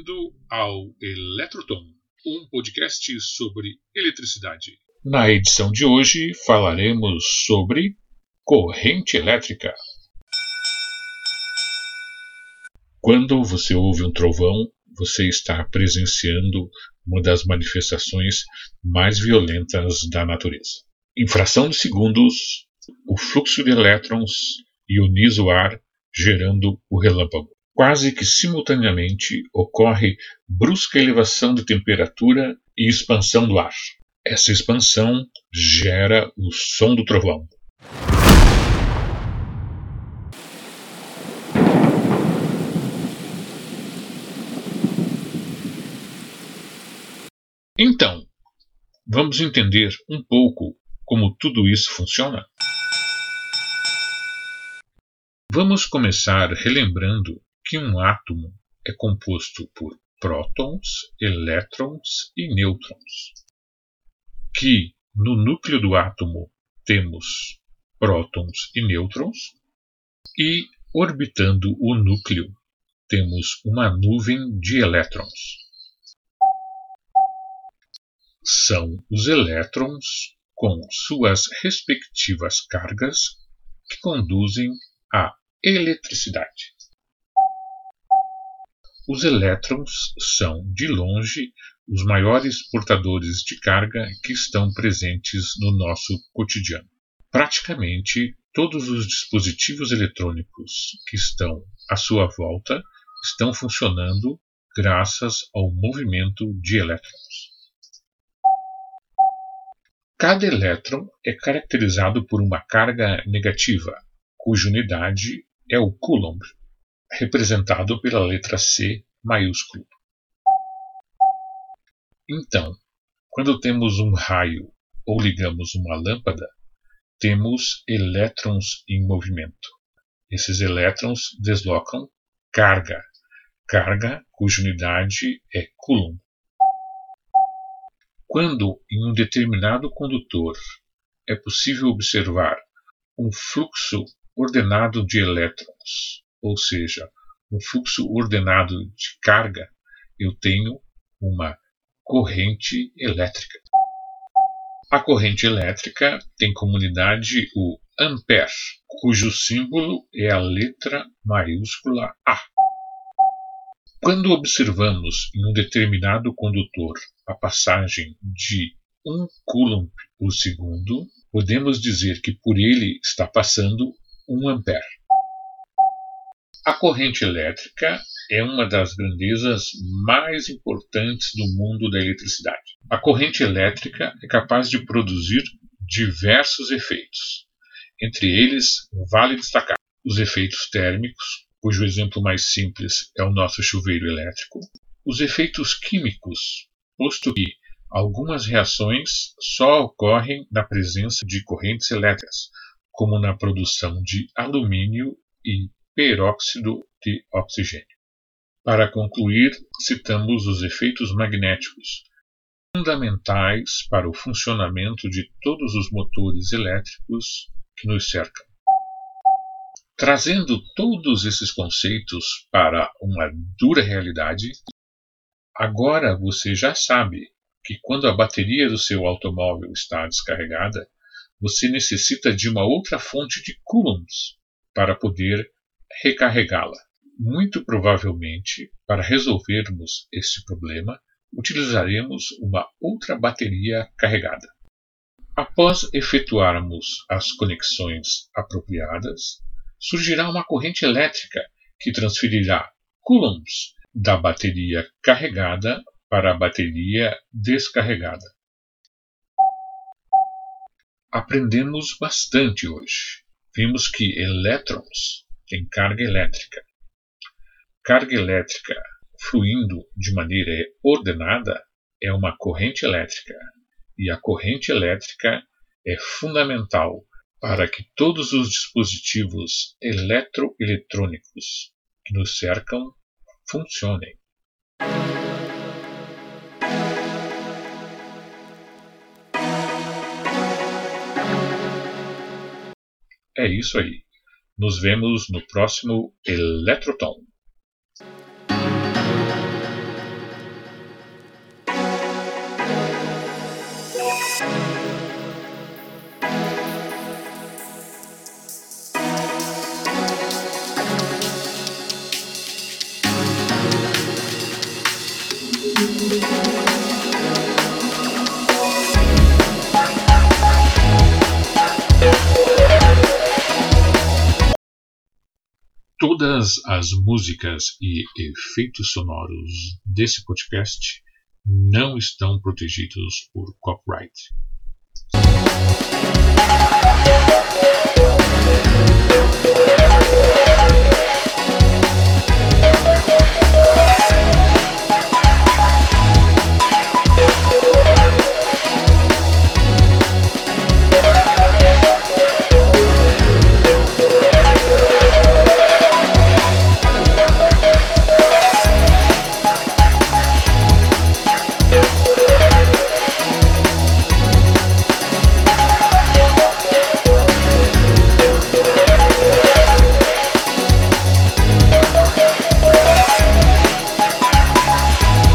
Bem-vindo ao Eletrotom, um podcast sobre eletricidade. Na edição de hoje falaremos sobre corrente elétrica. Quando você ouve um trovão, você está presenciando uma das manifestações mais violentas da natureza. Em fração de segundos, o fluxo de elétrons ioniza o ar, gerando o relâmpago. Quase que simultaneamente ocorre brusca elevação de temperatura e expansão do ar. Essa expansão gera o som do trovão. Então, vamos entender um pouco como tudo isso funciona? Vamos começar relembrando que um átomo é composto por prótons, elétrons e nêutrons. Que no núcleo do átomo temos prótons e nêutrons e orbitando o núcleo temos uma nuvem de elétrons. São os elétrons com suas respectivas cargas que conduzem a eletricidade. Os elétrons são, de longe, os maiores portadores de carga que estão presentes no nosso cotidiano. Praticamente todos os dispositivos eletrônicos que estão à sua volta estão funcionando graças ao movimento de elétrons. Cada elétron é caracterizado por uma carga negativa, cuja unidade é o coulomb, representado pela letra C maiúsculo. Então, quando temos um raio ou ligamos uma lâmpada, temos elétrons em movimento. Esses elétrons deslocam carga cuja unidade é coulomb. Quando em um determinado condutor é possível observar um fluxo ordenado de elétrons, ou seja, um fluxo ordenado de carga, eu tenho uma corrente elétrica. A corrente elétrica tem como unidade o ampere, cujo símbolo é a letra maiúscula A. Quando observamos em um determinado condutor a passagem de 1 coulomb por segundo, podemos dizer que por ele está passando 1 ampere. A corrente elétrica é uma das grandezas mais importantes do mundo da eletricidade. A corrente elétrica é capaz de produzir diversos efeitos. Entre eles, vale destacar os efeitos térmicos, cujo exemplo mais simples é o nosso chuveiro elétrico, os efeitos químicos, posto que algumas reações só ocorrem na presença de correntes elétricas, como na produção de alumínio e peróxido de oxigênio. Para concluir, citamos os efeitos magnéticos, fundamentais para o funcionamento de todos os motores elétricos que nos cercam. Trazendo todos esses conceitos para uma dura realidade, agora você já sabe que quando a bateria do seu automóvel está descarregada, você necessita de uma outra fonte de coulombs para poder recarregá-la. Muito provavelmente, para resolvermos este problema, utilizaremos uma outra bateria carregada. Após efetuarmos as conexões apropriadas, surgirá uma corrente elétrica que transferirá coulombs da bateria carregada para a bateria descarregada. Aprendemos bastante hoje. Vimos que elétrons têm carga elétrica. Carga elétrica fluindo de maneira ordenada é uma corrente elétrica. E a corrente elétrica é fundamental para que todos os dispositivos eletroeletrônicos que nos cercam funcionem. É isso aí. Nos vemos no próximo Eletrotom. Todas as músicas e efeitos sonoros desse podcast não estão protegidos por copyright.